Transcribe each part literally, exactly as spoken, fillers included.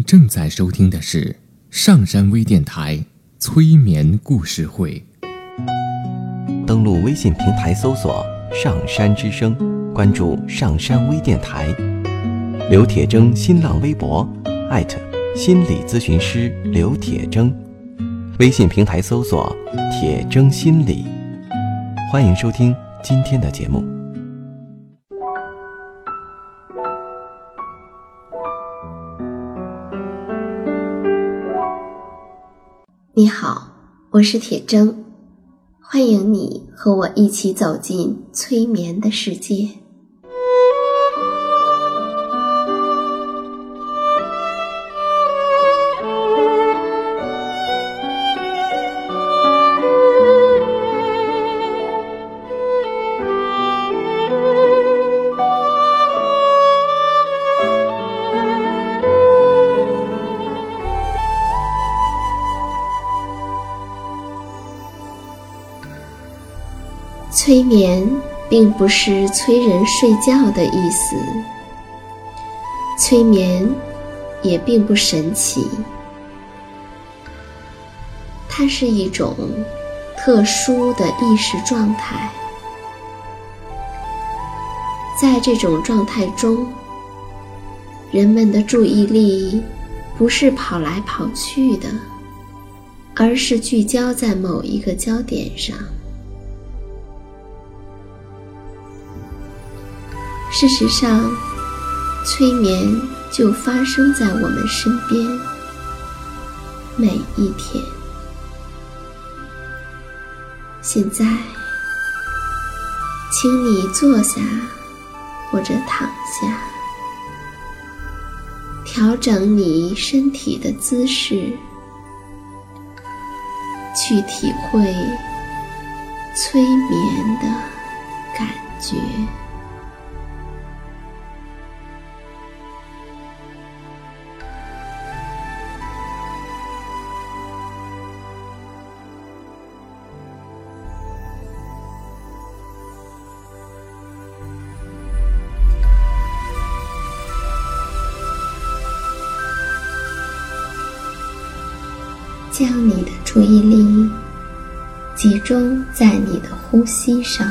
正在收听的是上山微电台催眠故事会。 登录微信平台搜索上山之声，关注上山微电台。刘铁铮新浪微博艾特心理咨询师刘铁铮，微信平台搜索铁铮心理。欢迎收听今天的节目。 你好，我是铁铮，欢迎你和我一起走进催眠的世界。催眠并不是催人睡觉的意思，催眠也并不神奇，它是一种特殊的意识状态。在这种状态中，人们的注意力不是跑来跑去的，而是聚焦在某一个焦点上。事实上，催眠就发生在我们身边，每一天。现在，请你坐下或者躺下，调整你身体的姿势，去体会催眠的感觉。将你的注意力集中在你的呼吸上，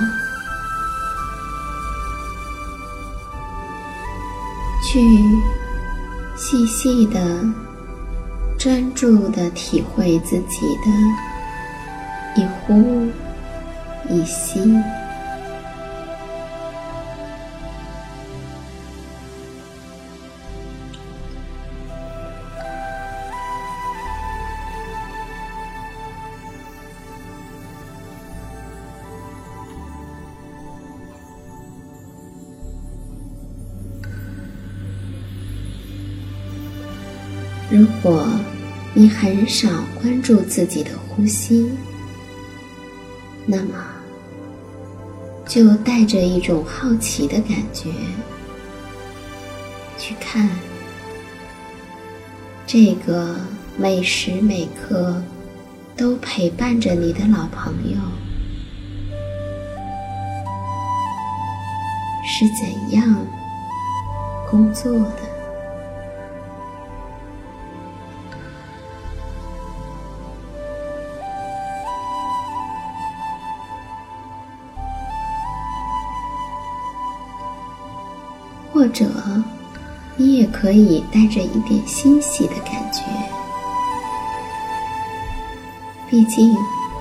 去细细的、专注的体会自己的一呼一吸。如果你很少关注自己的呼吸，那么就带着一种好奇的感觉去看这个每时每刻都陪伴着你的老朋友是怎样工作的。或者你也可以带着一点欣喜的感觉，毕竟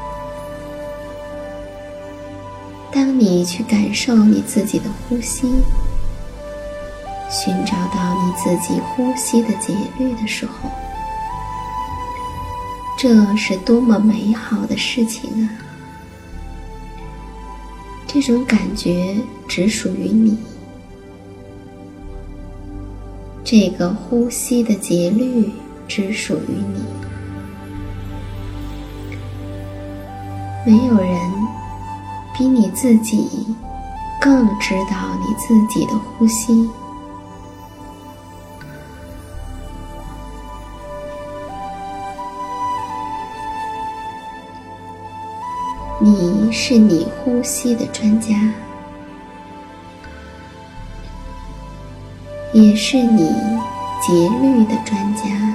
当你去感受你自己的呼吸，寻找到你自己呼吸的节律的时候，这是多么美好的事情啊！这种感觉只属于你，这个呼吸的节律只属于你，没有人比你自己更知道你自己的呼吸。你是你呼吸的专家，也是你节律的专家，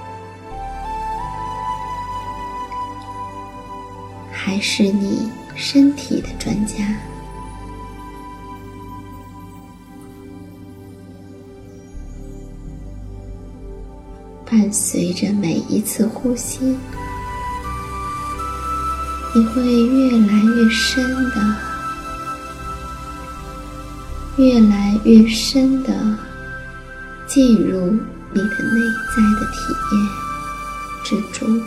还是你身体的专家？伴随着每一次呼吸，你会越来越深的越来越深的进入你的内在的体验之中。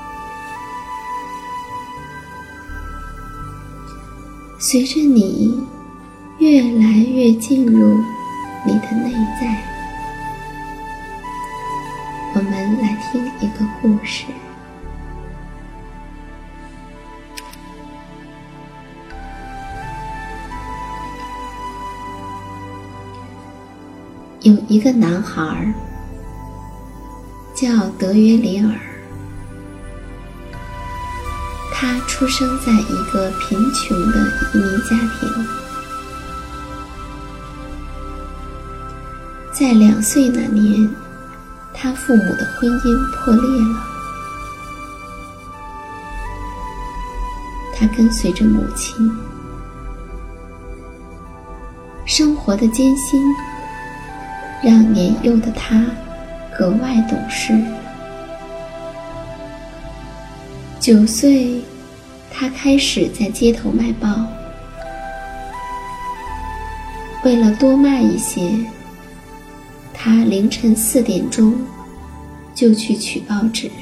随着你越来越进入你的内在，我们来听一个故事。有一个男孩叫德约里尔，他出生在一个贫穷的移民家庭。在两岁那年，他父母的婚姻破裂了，他跟随着母亲。生活的艰辛让年幼的他格外懂事。九岁，他开始在街头卖报。为了多卖一些，他凌晨四点钟就去取报纸，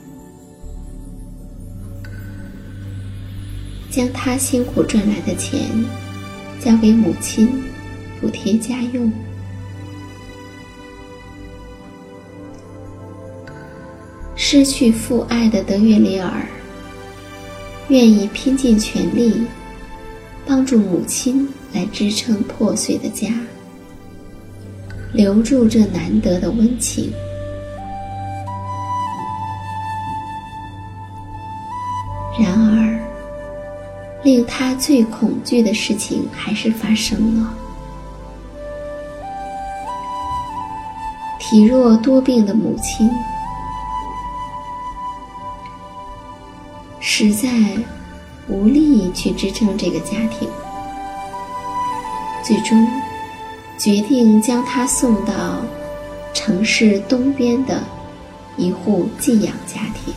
将他辛苦赚来的钱交给母亲补贴家用。失去父爱的德约里尔愿意拼尽全力帮助母亲来支撑破碎的家，留住这难得的温情。然而，令他最恐惧的事情还是发生了。体弱多病的母亲实在无力去支撑这个家庭，最终决定将他送到城市东边的一户寄养家庭。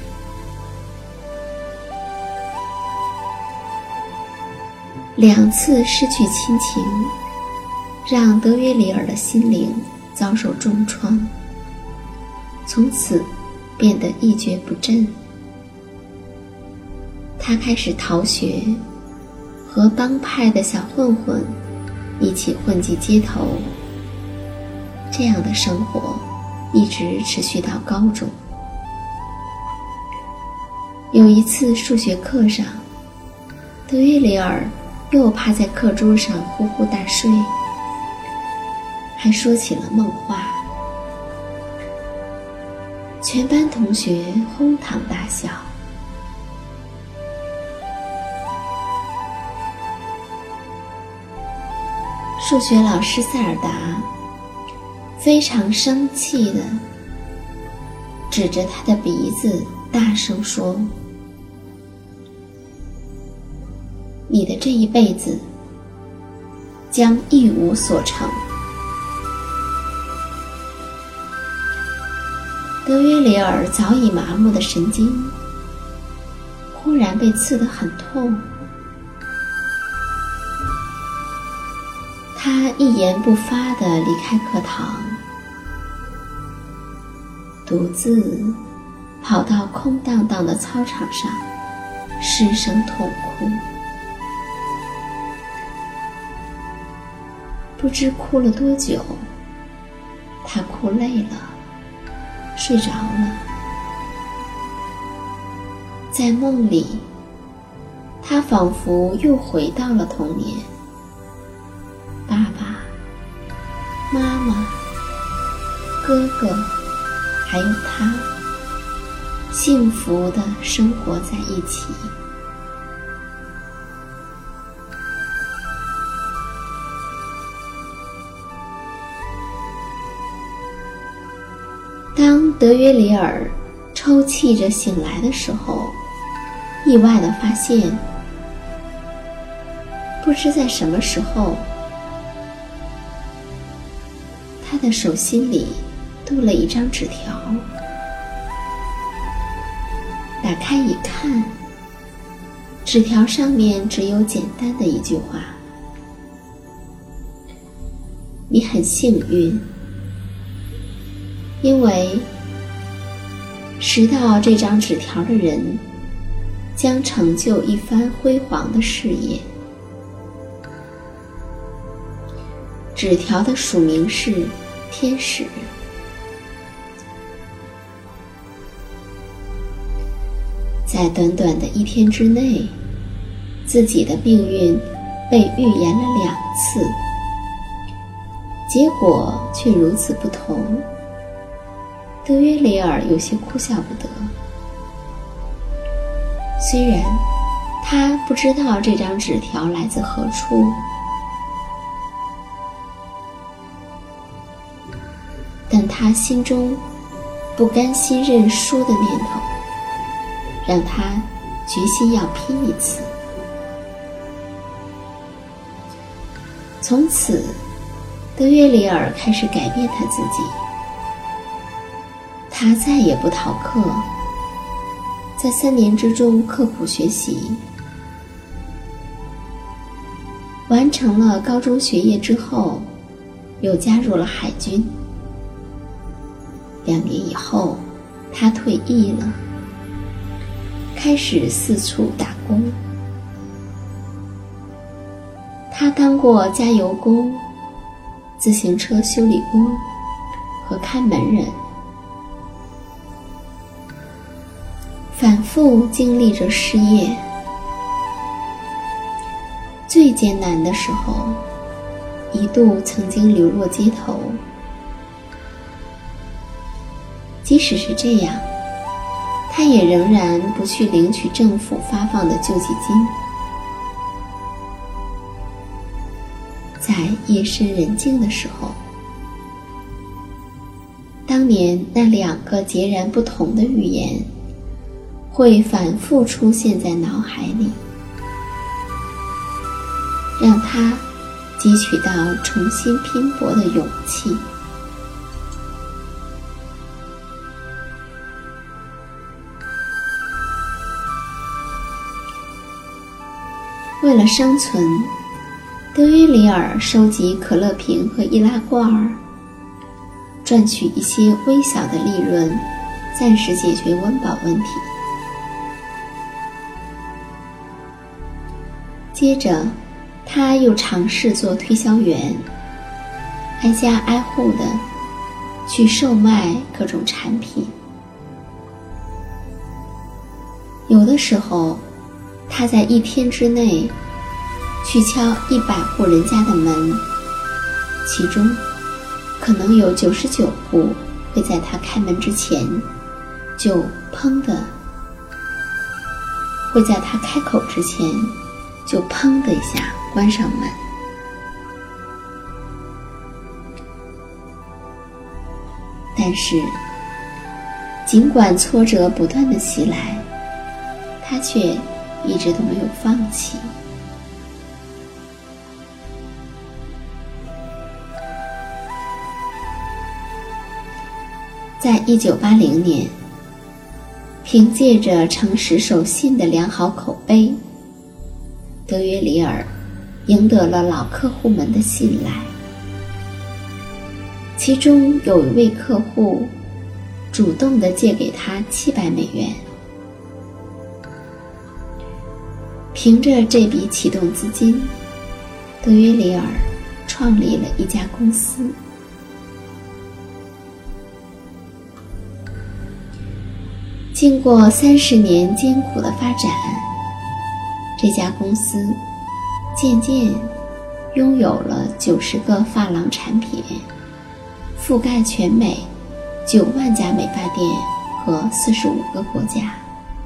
两次失去亲情，让德约里尔的心灵遭受重创，从此变得一蹶不振。他开始逃学，和帮派的小混混一起混迹街头。这样的生活一直持续到高中。有一次数学课上，德约里尔又趴在课桌上呼呼大睡，还说起了梦话。全班同学哄堂大笑。数学老师塞尔达非常生气地指着他的鼻子大声说：“你的这一辈子将一无所成。”德约里尔早已麻木的神经忽然被刺得很痛。他一言不发地离开课堂，独自跑到空荡荡的操场上，失声痛哭。不知哭了多久，他哭累了，睡着了。在梦里，他仿佛又回到了童年。爸爸、妈妈、哥哥，还有他，幸福地生活在一起。 德约里尔抽泣着醒来的时候，意外地发现，不知在什么时候，他的手心里多了一张纸条。打开一看，纸条上面只有简单的一句话：你很幸运，因为拾到这张纸条的人将成就一番辉煌的事业。纸条的署名是天使。在短短的一天之内，自己的命运被预言了两次，结果却如此不同。德约里尔有些哭笑不得。虽然他不知道这张纸条来自何处，但他心中不甘心认输的念头让他决心要拼一次。从此，德约里尔开始改变他自己。他再也不逃课，在三年之中刻苦学习。完成了高中学业之后，又加入了海军。两年以后，他退役了，开始四处打工。他当过加油工、自行车修理工和看门人，反复经历着失业。最艰难的时候，一度曾经流落街头。即使是这样，他也仍然不去领取政府发放的救济金。在夜深人静的时候，当年那两个截然不同的预言会反复出现在脑海里，让他汲取到重新拼搏的勇气。为了生存，德约里尔收集可乐瓶和易拉罐，赚取一些微小的利润，暂时解决温饱问题。接着，他又尝试做推销员，挨家挨户的去售卖各种产品。有的时候，他在一天之内去敲一百户人家的门，其中可能有九十九户会在他开门之前就砰的，会在他开口之前就砰的一下关上门。但是尽管挫折不断的袭来，他却一直都没有放弃。在一九八零年，凭借着诚实守信的良好口碑，德约里尔赢得了老客户们的信赖。其中有一位客户主动地借给他七百美元。凭着这笔启动资金，德约里尔创立了一家公司。经过三十年艰苦的发展，这家公司渐渐拥有了九十个发廊产品，覆盖全美九万家美发店和四十五个国家。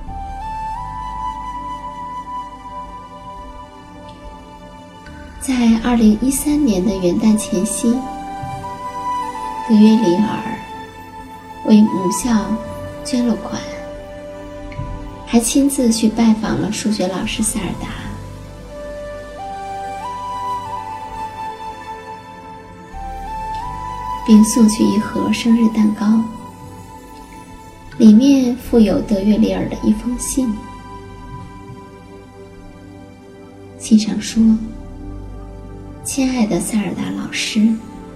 在二零一三年的元旦前夕，德约里尔为母校捐了款，还亲自去拜访了数学老师塞尔达。并送去一盒生日蛋糕，里面附有德约里尔的一封信。信上说：亲爱的塞尔达老师，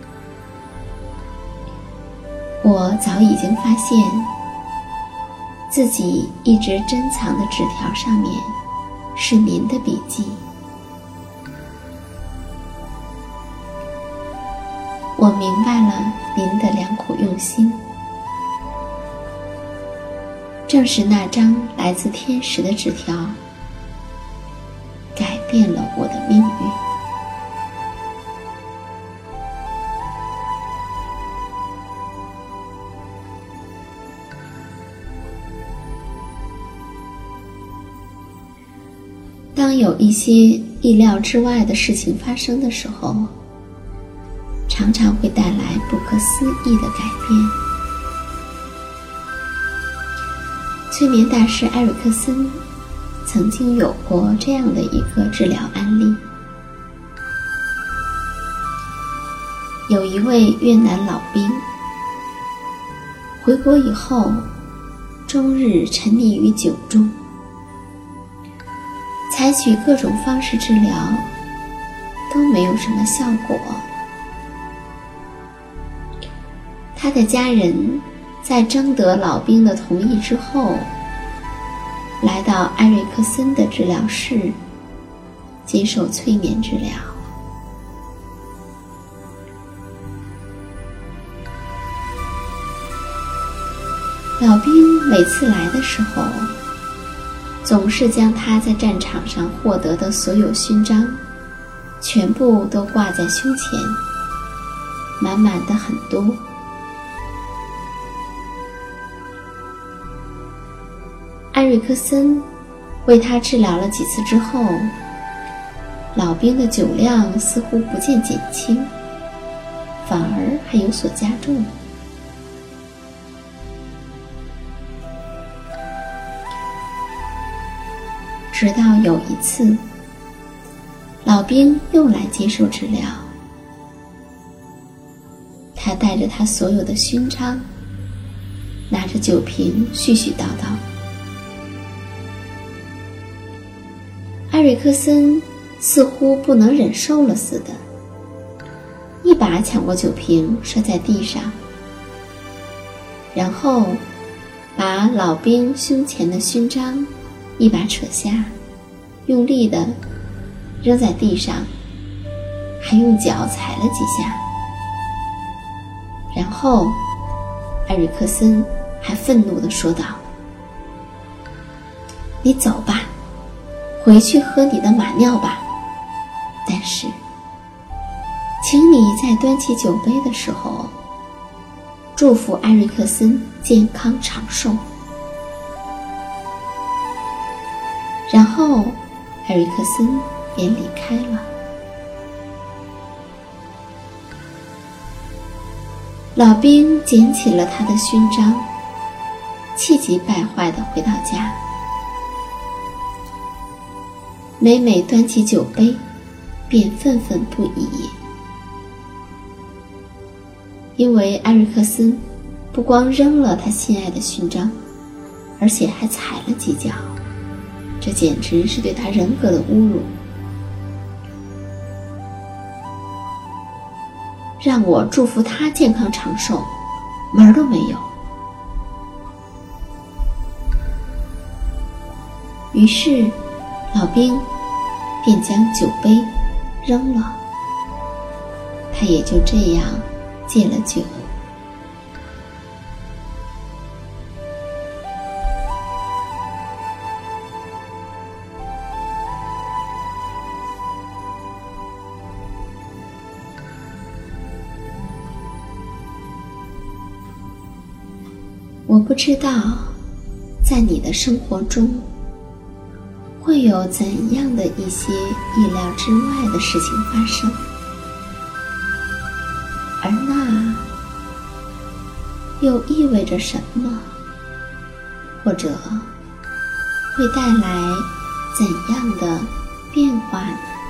我早已经发现自己一直珍藏的纸条上面是您的笔记。我明白了您的良苦用心，正是那张来自天使的纸条改变了我的命运。当有一些意料之外的事情发生的时候，常常会带来不可思议的改变。催眠大师埃瑞克森曾经有过这样的一个治疗案例。有一位越南老兵回国以后，终日沉溺于酒中，采取各种方式治疗都没有什么效果。他的家人在征得老兵的同意之后，来到埃瑞克森的治疗室接受催眠治疗。老兵每次来的时候，总是将他在战场上获得的所有勋章全部都挂在胸前，满满的很多。埃瑞克森为他治疗了几次之后，老兵的酒量似乎不见减轻，反而还有所加重。直到有一次，老兵又来接受治疗，他带着他所有的勋章，拿着酒瓶絮絮叨叨。埃瑞克森似乎不能忍受了似的，一把抢过酒瓶摔在地上，然后把老兵胸前的勋章一把扯下，用力地扔在地上，还用脚踩了几下。然后埃瑞克森还愤怒地说道：你走吧，回去喝你的马尿吧，但是请你在端起酒杯的时候祝福埃瑞克森健康长寿。然后埃瑞克森便离开了。老兵捡起了他的勋章，气急败坏地回到家，每每端起酒杯便愤愤不已，因为埃瑞克森不光扔了他心爱的勋章，而且还踩了几脚，这简直是对他人格的侮辱。让我祝福他健康长寿，门儿都没有。于是老兵便将酒杯扔了，他也就这样戒了酒。我不知道在你的生活中会有怎样的一些意料之外的事情发生，而那又意味着什么？或者会带来怎样的变化呢？